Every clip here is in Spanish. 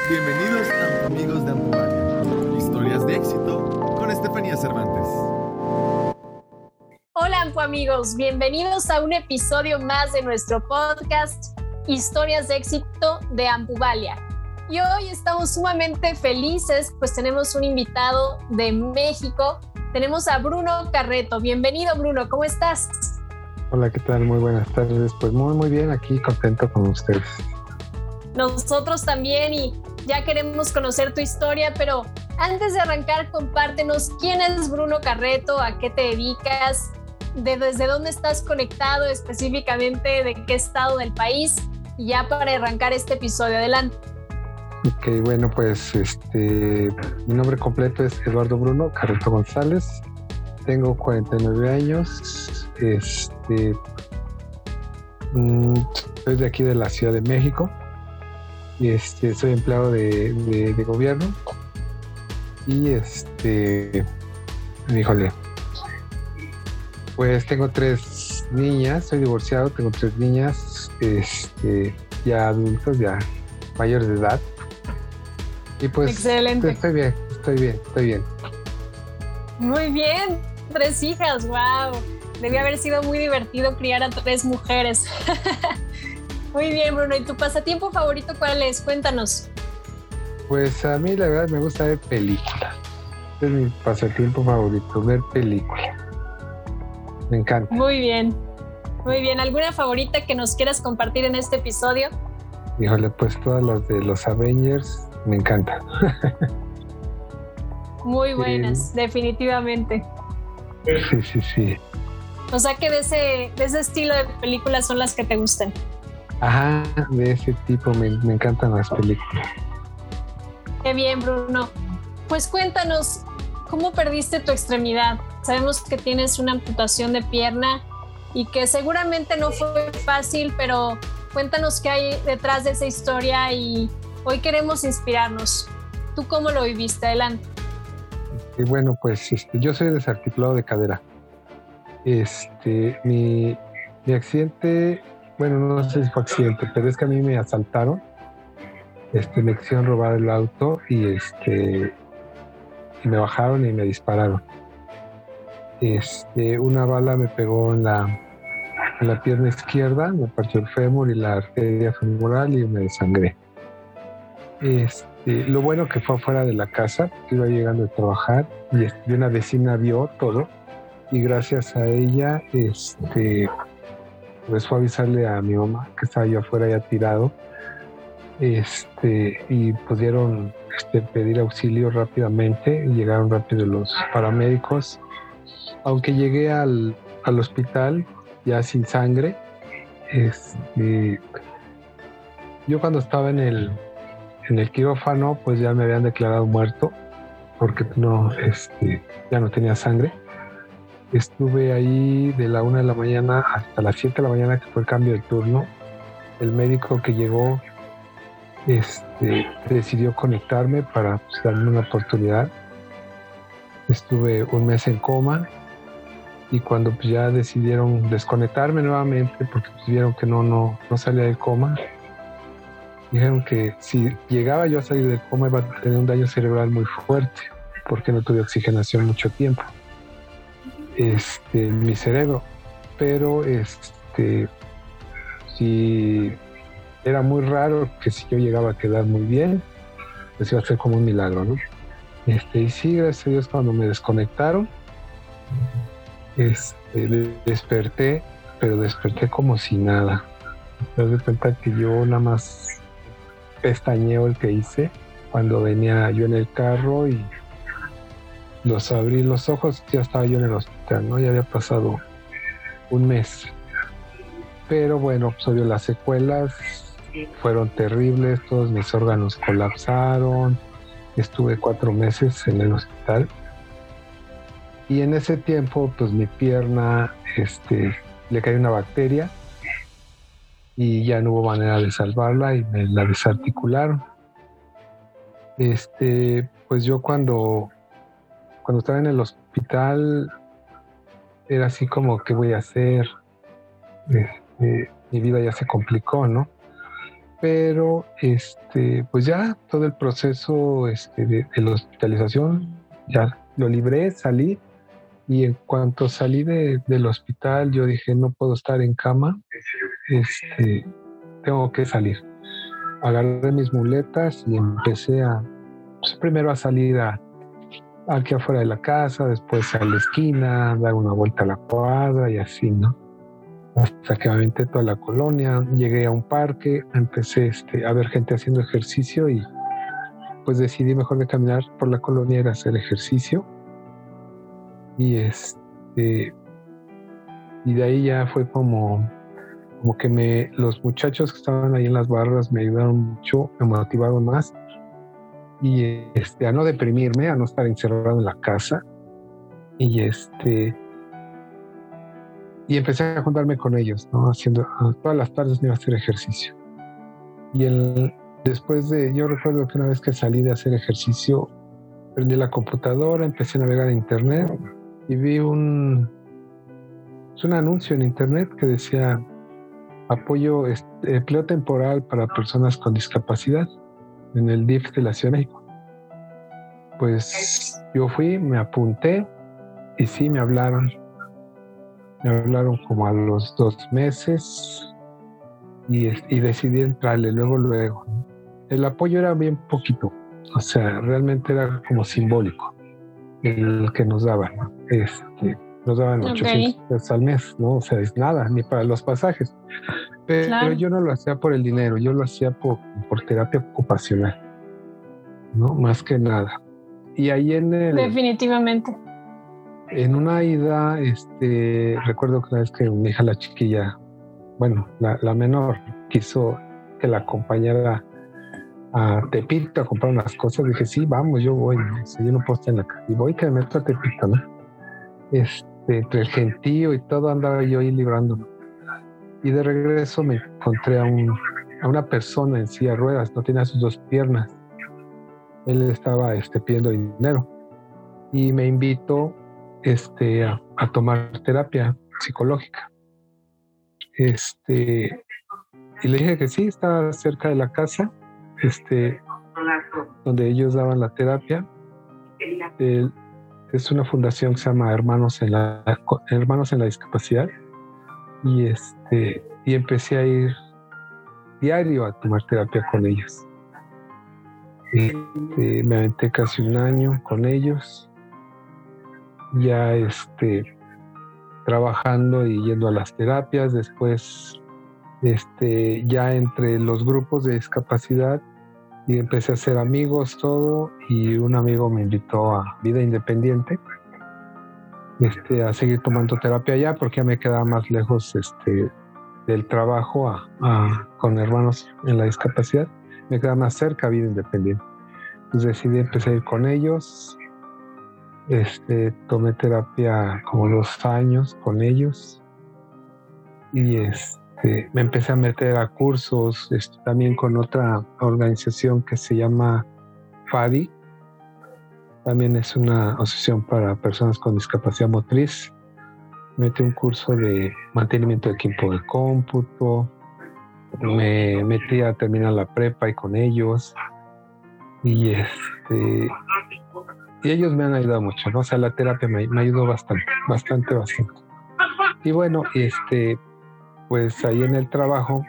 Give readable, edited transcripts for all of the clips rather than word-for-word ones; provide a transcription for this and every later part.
Bienvenidos a Amigos de Ampuvalia, historias de éxito con Estefanía Cervantes. Hola Ampu amigos, bienvenidos a un episodio más de nuestro podcast Historias de éxito de Ampuvalia. Y hoy estamos sumamente felices, pues tenemos un invitado de México. Tenemos a Bruno Carreto. Bienvenido Bruno, ¿cómo estás? Hola, ¿qué tal? Muy buenas tardes. Pues muy bien, aquí contento con ustedes. Nosotros también, y ya queremos conocer tu historia, pero antes de arrancar, compártenos quién es Bruno Carreto, a qué te dedicas, desde dónde estás conectado específicamente, de qué estado del país, y ya para arrancar este episodio. Adelante. Ok, bueno, pues mi nombre completo es Eduardo Bruno Carreto González. Tengo 49 años. Soy de aquí de la Ciudad de México. Soy empleado de gobierno. Y híjole, pues tengo 3 niñas, soy divorciado, tengo 3 niñas, ya adultos, ya mayores de edad. Y pues excelente. Estoy bien. Muy bien, 3 hijas, wow. Debió haber sido muy divertido criar a 3 mujeres. Muy bien, Bruno. ¿Y tu pasatiempo favorito cuál es? Cuéntanos. Pues a mí la verdad me gusta ver películas. Es mi pasatiempo favorito, ver películas. Me encanta. Muy bien. ¿Alguna favorita que nos quieras compartir en este episodio? Híjole, pues todas las de los Avengers me encantan. Muy buenas, definitivamente. Sí. O sea que de ese estilo de películas son las que te gustan. Ajá, de ese tipo me encantan las películas. Qué bien, Bruno. Pues cuéntanos, ¿cómo perdiste tu extremidad? Sabemos que tienes una amputación de pierna y que seguramente no fue fácil, pero cuéntanos qué hay detrás de esa historia y hoy queremos inspirarnos. ¿Tú cómo lo viviste? Adelante. Y bueno, pues yo soy desarticulado de cadera. Mi accidente, bueno, no sé si fue accidente, pero es que a mí me asaltaron. Me quisieron robar el auto y me bajaron y me dispararon. Una bala me pegó en la pierna izquierda, me partió el fémur y la arteria femoral y me desangré. Lo bueno que fue afuera de la casa, que iba llegando a trabajar y una vecina vio todo y gracias a ella pues fue a avisarle a mi mamá que estaba yo afuera ya tirado y pudieron pedir auxilio rápidamente y llegaron rápido los paramédicos. Aunque llegué al hospital ya sin sangre, yo cuando estaba en el quirófano pues ya me habían declarado muerto porque ya no tenía sangre. Estuve ahí de la 1 de la mañana hasta las 7 de la mañana, que fue el cambio de turno. El médico que llegó decidió conectarme para darme una oportunidad. Estuve 1 mes en coma y cuando pues, ya decidieron desconectarme nuevamente porque pues, vieron que no salía del coma, dijeron que si llegaba yo a salir del coma iba a tener un daño cerebral muy fuerte porque no tuve oxigenación mucho tiempo en mi cerebro, pero si era muy raro que si yo llegaba a quedar muy bien, pues iba a ser como un milagro, ¿no? Y sí, gracias a Dios, cuando me desconectaron, desperté, pero desperté como si nada. Me doy cuenta que yo nada más pestañeo el que hice cuando venía yo en el carro y abrí los ojos, ya estaba yo en el hospital, ¿no? Ya había pasado 1 mes. Pero bueno, pues obvio las secuelas fueron terribles, todos mis órganos colapsaron, estuve 4 meses en el hospital. Y en ese tiempo, pues mi pierna, le cayó una bacteria y ya no hubo manera de salvarla y me la desarticularon. Pues yo cuando estaba en el hospital era así como, ¿qué voy a hacer? Mi vida ya se complicó, ¿no? pero pues ya todo el proceso de la hospitalización ya lo libré, salí, y en cuanto salí del hospital yo dije, no puedo estar en cama, tengo que salir. Agarré mis muletas y empecé primero a salir aquí afuera de la casa, después a la esquina, dar una vuelta a la cuadra y así, ¿no? Hasta que me aventé toda la colonia, llegué a un parque, empecé a ver gente haciendo ejercicio y pues decidí mejor de caminar por la colonia era hacer ejercicio. Y y de ahí ya fue como que los muchachos que estaban ahí en las barras me ayudaron mucho, me motivaron más y a no deprimirme, a no estar encerrado en la casa y y empecé a juntarme con ellos, ¿no? Todas las tardes me iba a hacer ejercicio. Y después yo recuerdo que una vez que salí de hacer ejercicio, prendí la computadora, empecé a navegar en internet y vi un anuncio en internet que decía apoyo, empleo temporal para personas con discapacidad en el DIF de la Ciudad de México. Pues yo fui, me apunté y sí, me hablaron como a los 2 meses y decidí entrarle luego. El apoyo era bien poquito, o sea, realmente era como simbólico el que nos daban, ¿no? Nos daban 800 pesos al mes, ¿no? O sea, es nada, ni para los pasajes. Pero yo no lo hacía por el dinero, yo lo hacía por terapia ocupacional, ¿no? Más que nada. Y ahí definitivamente. En una ida, recuerdo que una vez que mi hija, la chiquilla, bueno, la menor, quiso que la acompañara a Tepito a comprar unas cosas. Dije, sí, vamos, yo voy, ¿no? O sea, yo no puedo estar en la casa. Y voy que me meto a Tepito, ¿no? Entre el gentío y todo andaba yo ahí librándome. Y de regreso me encontré a una persona en silla de ruedas, no tenía sus 2 piernas. Él estaba pidiendo dinero y me invitó a tomar terapia psicológica. Y le dije que sí, estaba cerca de la casa, donde ellos daban la terapia. Es una fundación que se llama Hermanos en la Discapacidad. Y empecé a ir diario a tomar terapia con ellos. Me aventé casi 1 año con ellos, ya trabajando y yendo a las terapias. Después ya entre los grupos de discapacidad y empecé a hacer amigos, todo, y un amigo me invitó a Vida Independiente a seguir tomando terapia allá porque ya me quedaba más lejos del trabajo con Hermanos en la Discapacidad. Me quedaba más cerca Vida Independiente. Entonces decidí empezar a ir con ellos. Tomé terapia como 2 años con ellos y me empecé a meter a cursos también con otra organización que se llama FADI. También es una asociación para personas con discapacidad motriz. Metí un curso de mantenimiento de equipo de cómputo. Me metí a terminar la prepa y con ellos. Y ellos me han ayudado mucho, ¿no? O sea, la terapia me ayudó bastante. Y bueno, pues ahí en el trabajo,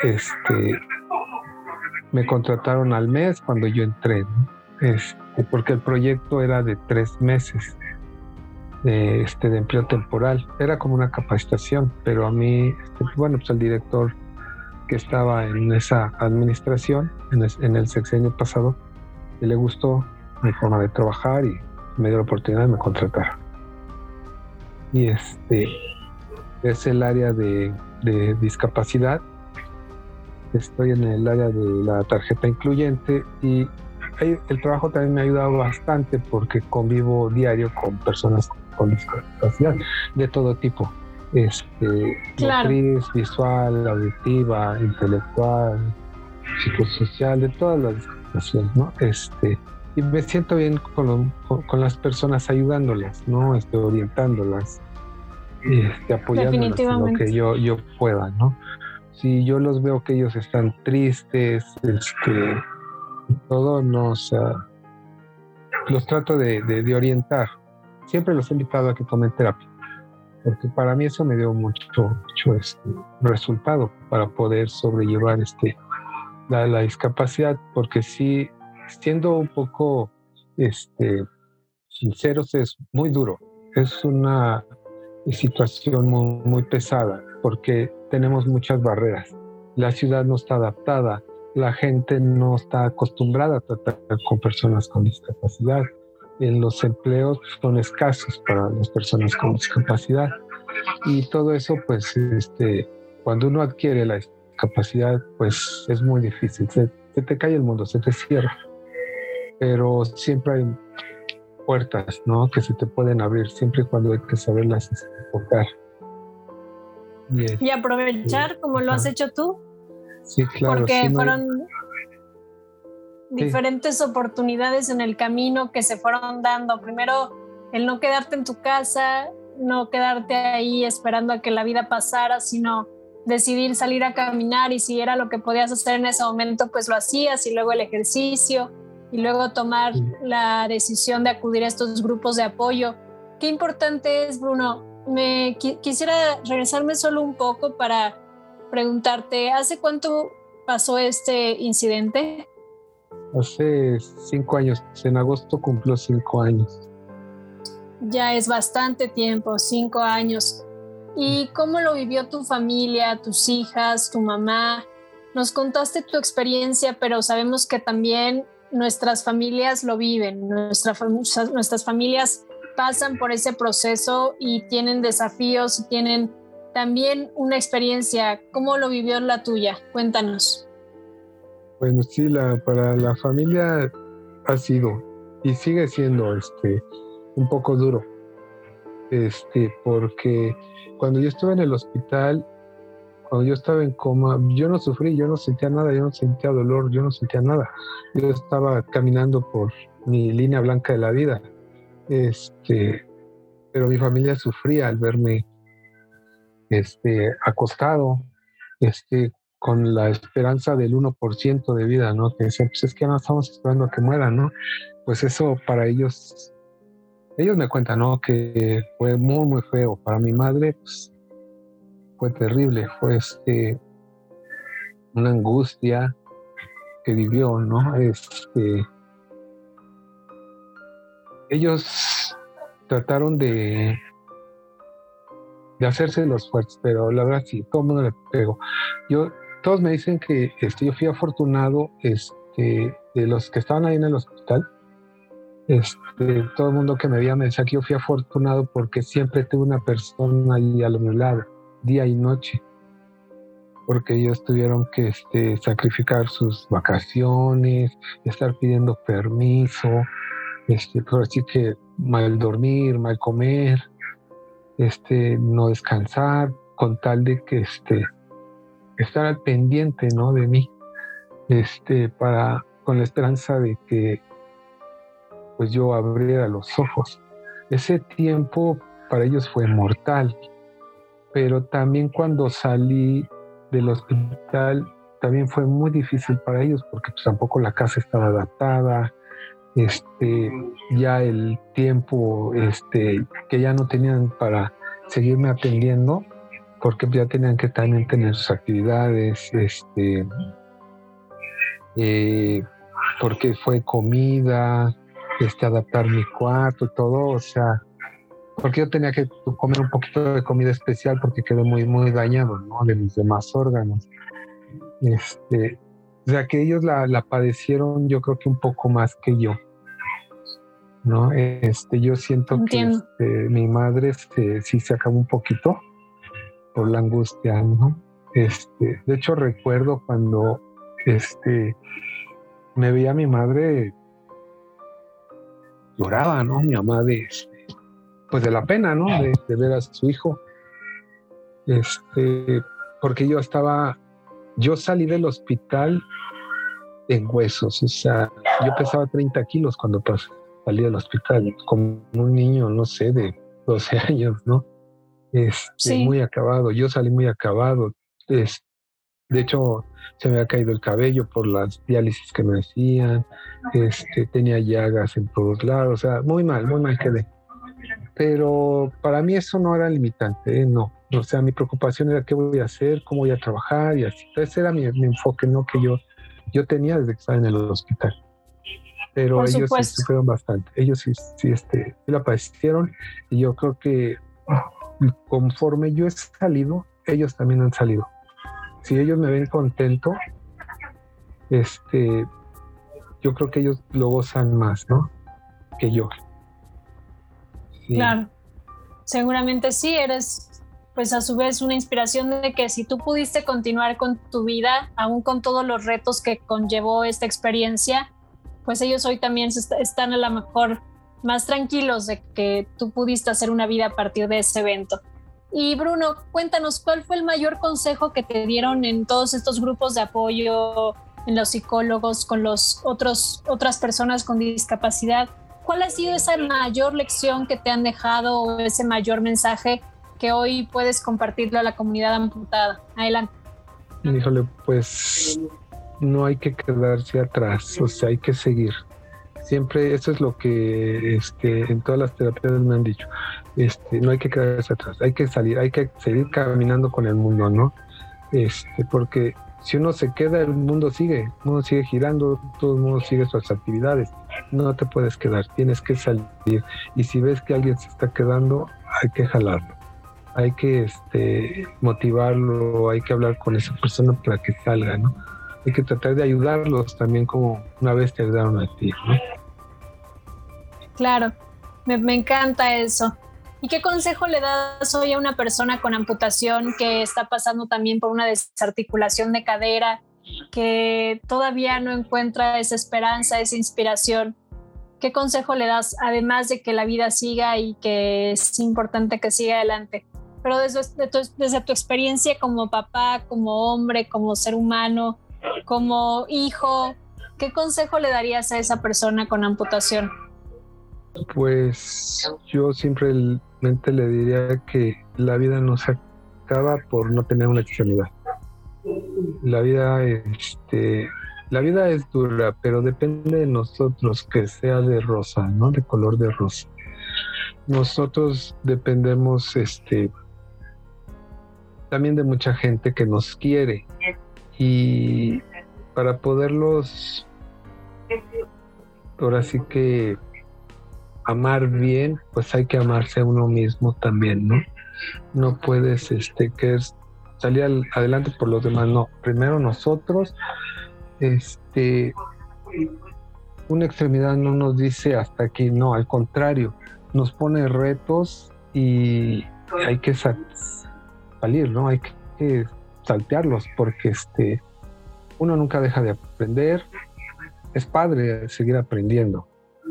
me contrataron al mes cuando yo entré, ¿no? Porque el proyecto era de 3 meses de empleo temporal. Era como una capacitación, pero a mí, bueno, pues el director que estaba en esa administración, en el sexenio pasado, le gustó mi forma de trabajar y me dio la oportunidad de me contratar. Y es el área de discapacidad. Estoy en el área de la tarjeta incluyente y el trabajo también me ha ayudado bastante porque convivo diario con personas con discapacidad de todo tipo. Claro. Motriz, visual, auditiva, intelectual, psicosocial, de todas las discapacidades, ¿no? Y me siento bien con las personas ayudándolas, ¿no? Orientándolas, apoyándolas en lo que yo pueda, ¿no? O si yo los veo que ellos están tristes, todo, no, o sea, los trato de orientar. Siempre los he invitado a que tomen terapia, porque para mí eso me dio mucho resultado para poder sobrellevar la discapacidad, porque sí, siendo un poco sinceros, es muy duro. Es una situación muy, muy pesada, porque tenemos muchas barreras. La ciudad no está adaptada, la gente no está acostumbrada a tratar con personas con discapacidad. Los empleos son escasos para las personas con discapacidad. Y todo eso, pues, cuando uno adquiere la discapacidad, pues es muy difícil. Se te cae el mundo, se te cierra. Pero siempre hay puertas, ¿no?, que se te pueden abrir, siempre y cuando hay que saberlas tocar. Y aprovechar, como lo has hecho tú. Sí, claro. Porque sí, fueron diferentes oportunidades en el camino que se fueron dando. Primero, el no quedarte en tu casa, no quedarte ahí esperando a que la vida pasara, sino decidir salir a caminar, y si era lo que podías hacer en ese momento, pues lo hacías, y luego el ejercicio, y luego tomar la decisión de acudir a estos grupos de apoyo. Qué importante es, Bruno. Quisiera regresarme solo un poco para preguntarte, ¿hace cuánto pasó este incidente? Hace 5 años, en agosto cumplió 5 años. Ya es bastante tiempo, 5 años. ¿Y cómo lo vivió tu familia, tus hijas, tu mamá? Nos contaste tu experiencia, pero sabemos que también nuestras familias lo viven, nuestras familias pasan por ese proceso y tienen desafíos y tienen también una experiencia. ¿Cómo lo vivió la tuya? Cuéntanos. Bueno, sí, para la familia ha sido y sigue siendo un poco duro, porque cuando yo estuve en el hospital, cuando yo estaba en coma, yo no sufrí, yo no sentía nada, yo no sentía dolor, yo no sentía nada. Yo estaba caminando por mi línea blanca de la vida, pero mi familia sufría al verme acostado, con la esperanza del 1% de vida, ¿no? Que decían, pues es que no estamos esperando a que mueran, ¿no? Pues eso para ellos me cuentan, ¿no?, que fue muy, muy feo. Para mi madre, pues, fue terrible, fue una angustia que vivió, ¿no? Ellos trataron de hacerse los fuertes, pero la verdad sí, todo el mundo le pegó. Todos me dicen que yo fui afortunado, de los que estaban ahí en el hospital. Todo el mundo que me veía me decía que yo fui afortunado porque siempre tuve una persona ahí a mi lado, día y noche, porque ellos tuvieron que sacrificar sus vacaciones, estar pidiendo permiso, pero así que mal dormir, mal comer, no descansar, con tal de que estar al pendiente, ¿no?, de mí, con la esperanza de que pues yo abriera los ojos. Ese tiempo para ellos fue mortal, pero también cuando salí del hospital también fue muy difícil para ellos, porque pues tampoco la casa estaba adaptada, ya el tiempo que ya no tenían para seguirme atendiendo, porque ya tenían que también tener sus actividades, porque fue comida, adaptar mi cuarto y todo, o sea, porque yo tenía que comer un poquito de comida especial porque quedé muy, muy dañado, ¿no?, de mis demás órganos. O sea, que ellos la padecieron, yo creo que un poco más que yo, ¿no? Yo siento Entiendo. que mi madre sí se acabó un poquito por la angustia, ¿no? De hecho, recuerdo cuando me veía mi madre, lloraba, ¿no? Mi mamá pues de la pena, ¿no?, de ver a su hijo. Porque yo salí del hospital en huesos, o sea, yo pesaba 30 kilos cuando salí del hospital, como un niño, no sé, de 12 años, ¿no? Sí. Muy acabado, yo salí muy acabado, De hecho, se me había caído el cabello por las diálisis que me hacían, tenía llagas en todos lados, o sea, muy mal quedé. Pero para mí eso no era limitante, no. O sea, mi preocupación era qué voy a hacer, cómo voy a trabajar y así. Ese era mi enfoque, ¿no? Que yo tenía desde que estaba en el hospital. Pero Por ellos sí supuesto. sufrieron bastante. Ellos sí la padecieron y yo creo que conforme yo he salido, ellos también han salido. Si ellos me ven contento, yo creo que ellos lo gozan más, ¿no? Que yo. Sí. Claro, seguramente sí, eres pues a su vez una inspiración de que si tú pudiste continuar con tu vida, aún con todos los retos que conllevó esta experiencia, pues ellos hoy también están a lo mejor más tranquilos de que tú pudiste hacer una vida a partir de ese evento. Y Bruno, cuéntanos, ¿cuál fue el mayor consejo que te dieron en todos estos grupos de apoyo, en los psicólogos, con otras personas con discapacidad? ¿Cuál ha sido esa mayor lección que te han dejado o ese mayor mensaje que hoy puedes compartirlo a la comunidad amputada? Adelante. Híjole, pues no hay que quedarse atrás, o sea, hay que seguir. Siempre eso es lo que en todas las terapias me han dicho. No hay que quedarse atrás, hay que salir, hay que seguir caminando con el mundo, ¿no? Porque si uno se queda, el mundo sigue girando, todo el mundo sigue sus actividades. No te puedes quedar, tienes que salir. Y si ves que alguien se está quedando, hay que jalarlo. Hay que motivarlo, hay que hablar con esa persona para que salga, ¿no? Hay que tratar de ayudarlos también como una vez te ayudaron a ti, ¿no? Claro, me encanta eso. ¿Y qué consejo le das hoy a una persona con amputación que está pasando también por una desarticulación de cadera, que todavía no encuentra esa esperanza, esa inspiración? ¿Qué consejo le das, además de que la vida siga y que es importante que siga adelante? Pero desde tu experiencia como papá, como hombre, como ser humano, como hijo, ¿qué consejo le darías a esa persona con amputación? Pues yo simplemente le diría que la vida no se acaba por no tener una extremidad. La vida es dura, pero depende de nosotros que sea de rosa, ¿no? De color de rosa. Nosotros dependemos también de mucha gente que nos quiere, y para poderlos ahora sí que amar bien, pues hay que amarse a uno mismo también, ¿no? No puedes querer salir adelante por los demás, no. Primero nosotros, una extremidad no nos dice hasta aquí, no, al contrario, nos pone retos y hay que salir, ¿no? Hay que saltearlos porque uno nunca deja de aprender. Es padre seguir aprendiendo.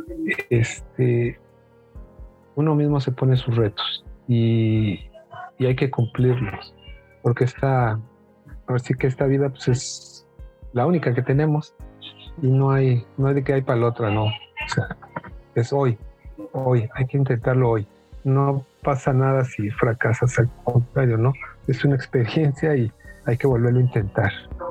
Uno mismo se pone sus retos y hay que cumplirlos, porque así que esta vida pues es la única que tenemos y no hay de que hay para la otra, no. O sea, es hoy, hay que intentarlo hoy. No pasa nada si fracasas, al contrario, ¿no? Es una experiencia y hay que volverlo a intentar.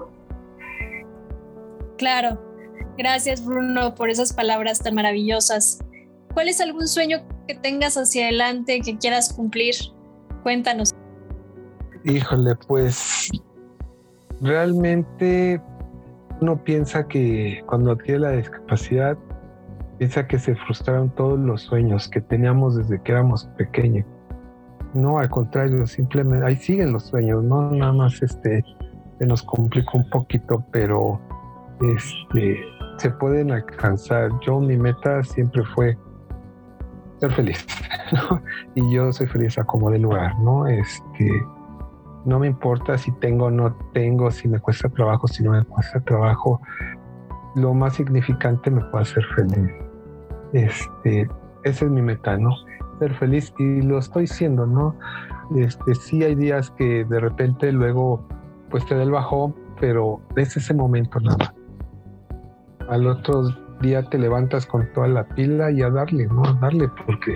Claro. Gracias, Bruno, por esas palabras tan maravillosas. ¿Cuál es algún sueño que tengas hacia adelante que quieras cumplir? Cuéntanos. Híjole, pues realmente uno piensa que cuando adquiere la discapacidad, piensa que se frustraron todos los sueños que teníamos desde que éramos pequeños. No, al contrario, simplemente ahí siguen los sueños, no nada más se nos complica un poquito, pero se pueden alcanzar. Mi meta siempre fue ser feliz, ¿no? Y yo soy feliz a como de lugar, ¿no? No me importa si tengo o no tengo, si me cuesta trabajo, si no me cuesta trabajo. Lo más significante me puede hacer feliz. Esa es mi meta, ¿no? Ser feliz, y lo estoy siendo, ¿no? Sí hay días que de repente luego pues te da el bajón, pero es ese momento nada más. Al otro día te levantas con toda la pila y a darle, ¿no? A darle, porque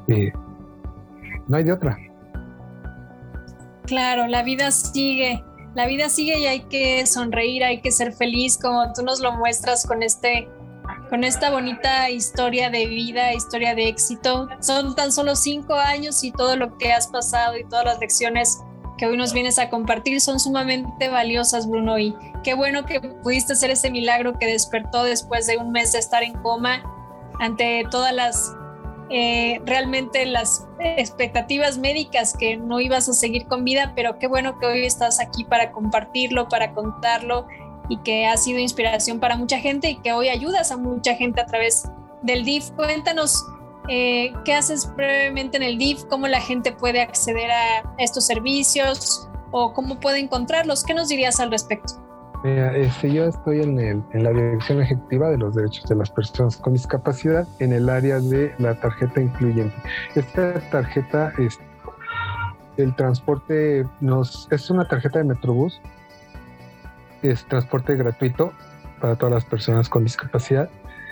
no hay de otra. Claro, la vida sigue, la vida sigue y hay que sonreír, hay que ser feliz, como tú nos lo muestras con esta bonita historia de vida, historia de éxito. Son tan solo 5 años y todo lo que has pasado y todas las lecciones que hoy nos vienes a compartir son sumamente valiosas, Bruno, y qué bueno que pudiste hacer ese milagro que despertó después de un mes de estar en coma ante todas las realmente las expectativas médicas que no ibas a seguir con vida, pero qué bueno que hoy estás aquí para compartirlo, para contarlo, y que ha sido inspiración para mucha gente y que hoy ayudas a mucha gente a través del DIF. Cuéntanos qué haces brevemente en el DIF, cómo la gente puede acceder a estos servicios o cómo puede encontrarlos. ¿Qué nos dirías al respecto? Yo estoy en la Dirección Ejecutiva de los Derechos de las Personas con Discapacidad en el área de la tarjeta incluyente. Esta tarjeta es el transporte, es una tarjeta de Metrobús, es transporte gratuito para todas las personas con discapacidad.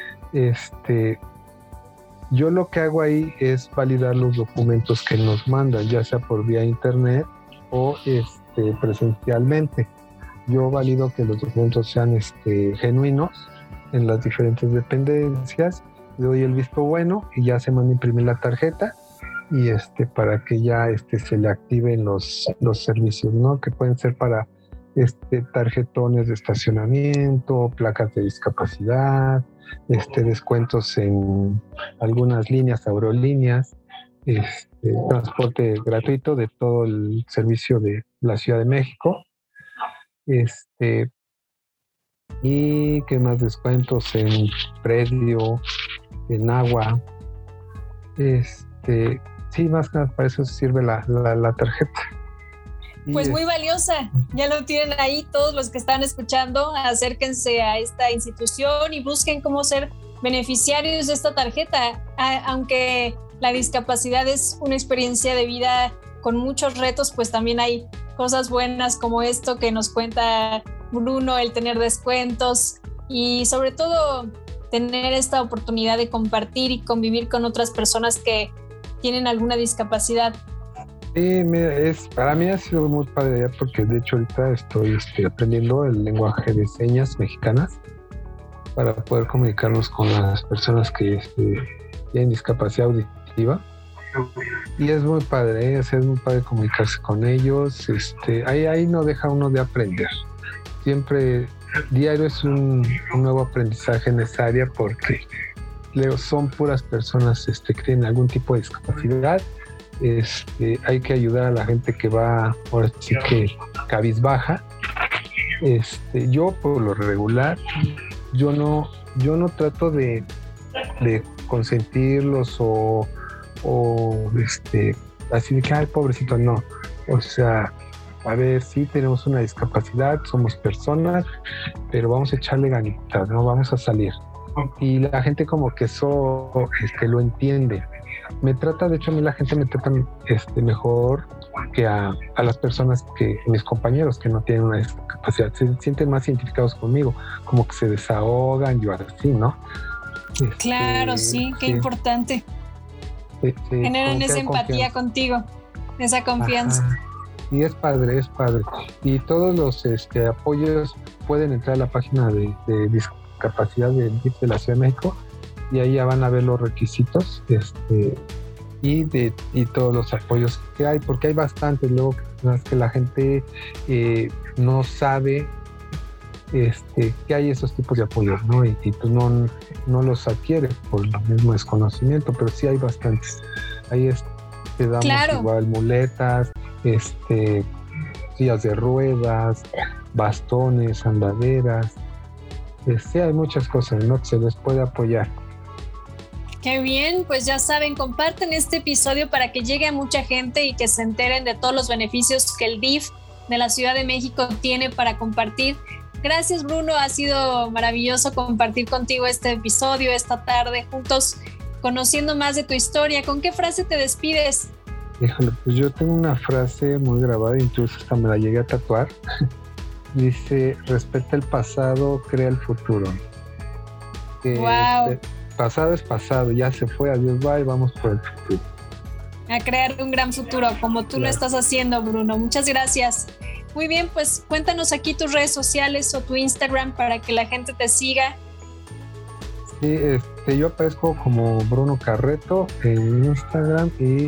Yo lo que hago ahí es validar los documentos que nos mandan, ya sea por vía internet o presencialmente. Yo valido que los documentos sean genuinos en las diferentes dependencias, le doy el visto bueno y ya se manda a imprimir la tarjeta y para que ya se le activen los servicios, ¿no? Que pueden ser para tarjetones de estacionamiento, placas de discapacidad, descuentos en algunas líneas, aerolíneas, transporte gratuito de todo el servicio de la Ciudad de México. Y qué más, descuentos en predio, en agua. Sí, más que nada para eso sirve la tarjeta. Pues muy valiosa, ya lo tienen ahí todos los que están escuchando. Acérquense a esta institución y busquen cómo ser beneficiarios de esta tarjeta. Aunque la discapacidad es una experiencia de vida con muchos retos, pues también hay cosas buenas como esto que nos cuenta Bruno, el tener descuentos y sobre todo tener esta oportunidad de compartir y convivir con otras personas que tienen alguna discapacidad. Sí, para mí ha sido muy padre ya, porque de hecho ahorita estoy aprendiendo el lenguaje de señas mexicanas para poder comunicarnos con las personas que tienen discapacidad auditiva. Y es muy padre, es muy padre comunicarse con ellos. Ahí no deja uno de aprender. Siempre, diario es un nuevo aprendizaje en esa área, porque son puras personas que tienen algún tipo de discapacidad. Hay que ayudar a la gente que va, ahora sí que cabizbaja. Yo por lo regular, yo no trato de consentirlos o así de que, ay, pobrecito, no. O sea, a ver, sí tenemos una discapacidad, somos personas, pero vamos a echarle ganitas, ¿no? Vamos a salir. Y la gente como que eso lo entiende. De hecho a mí la gente me trata mejor que a las personas, mis compañeros que no tienen una discapacidad. Se sienten más identificados conmigo, como que se desahogan, yo así, ¿no? Claro, sí, qué importante. Generan esa empatía contigo, esa confianza. Ajá. Y es padre. Y todos los apoyos pueden entrar a la página de discapacidad del DIF de la Ciudad de México, y ahí ya van a ver los requisitos y todos los apoyos que hay, porque hay bastantes. Luego que la gente no sabe que hay esos tipos de apoyos, ¿no? Y tú no los adquieres por el mismo desconocimiento, pero sí hay bastantes. Ahí te damos igual muletas, sillas de ruedas, bastones, andaderas. Sí, hay muchas cosas, ¿no?, que se les puede apoyar. Qué bien, pues ya saben, comparten este episodio para que llegue a mucha gente y que se enteren de todos los beneficios que el DIF de la Ciudad de México tiene para compartir. Gracias, Bruno, ha sido maravilloso compartir contigo este episodio esta tarde juntos, conociendo más de tu historia. ¿Con qué frase te despides? Híjole, pues yo tengo una frase muy grabada, incluso hasta me la llegué a tatuar. Dice: respeta el pasado, crea el futuro. Wow. Pasado es pasado, ya se fue, adiós, bye, vamos por el futuro. A crear un gran futuro, como tú lo estás haciendo, Bruno. Muchas gracias. Muy bien, pues cuéntanos aquí tus redes sociales o tu Instagram para que la gente te siga. Sí, yo aparezco como Bruno Carreto en Instagram y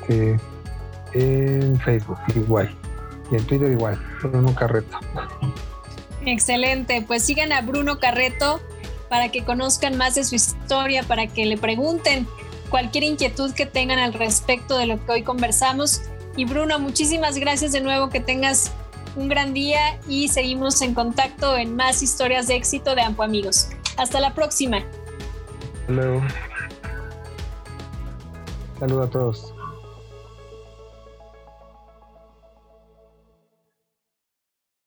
en Facebook igual. Y en Twitter igual, Bruno Carreto. Excelente, pues sigan a Bruno Carreto para que conozcan más de su historia, para que le pregunten cualquier inquietud que tengan al respecto de lo que hoy conversamos. Y Bruno, muchísimas gracias de nuevo, que tengas un gran día y seguimos en contacto en más historias de éxito de Ampo Amigos. Hasta la próxima. Hasta luego. Saludos a todos.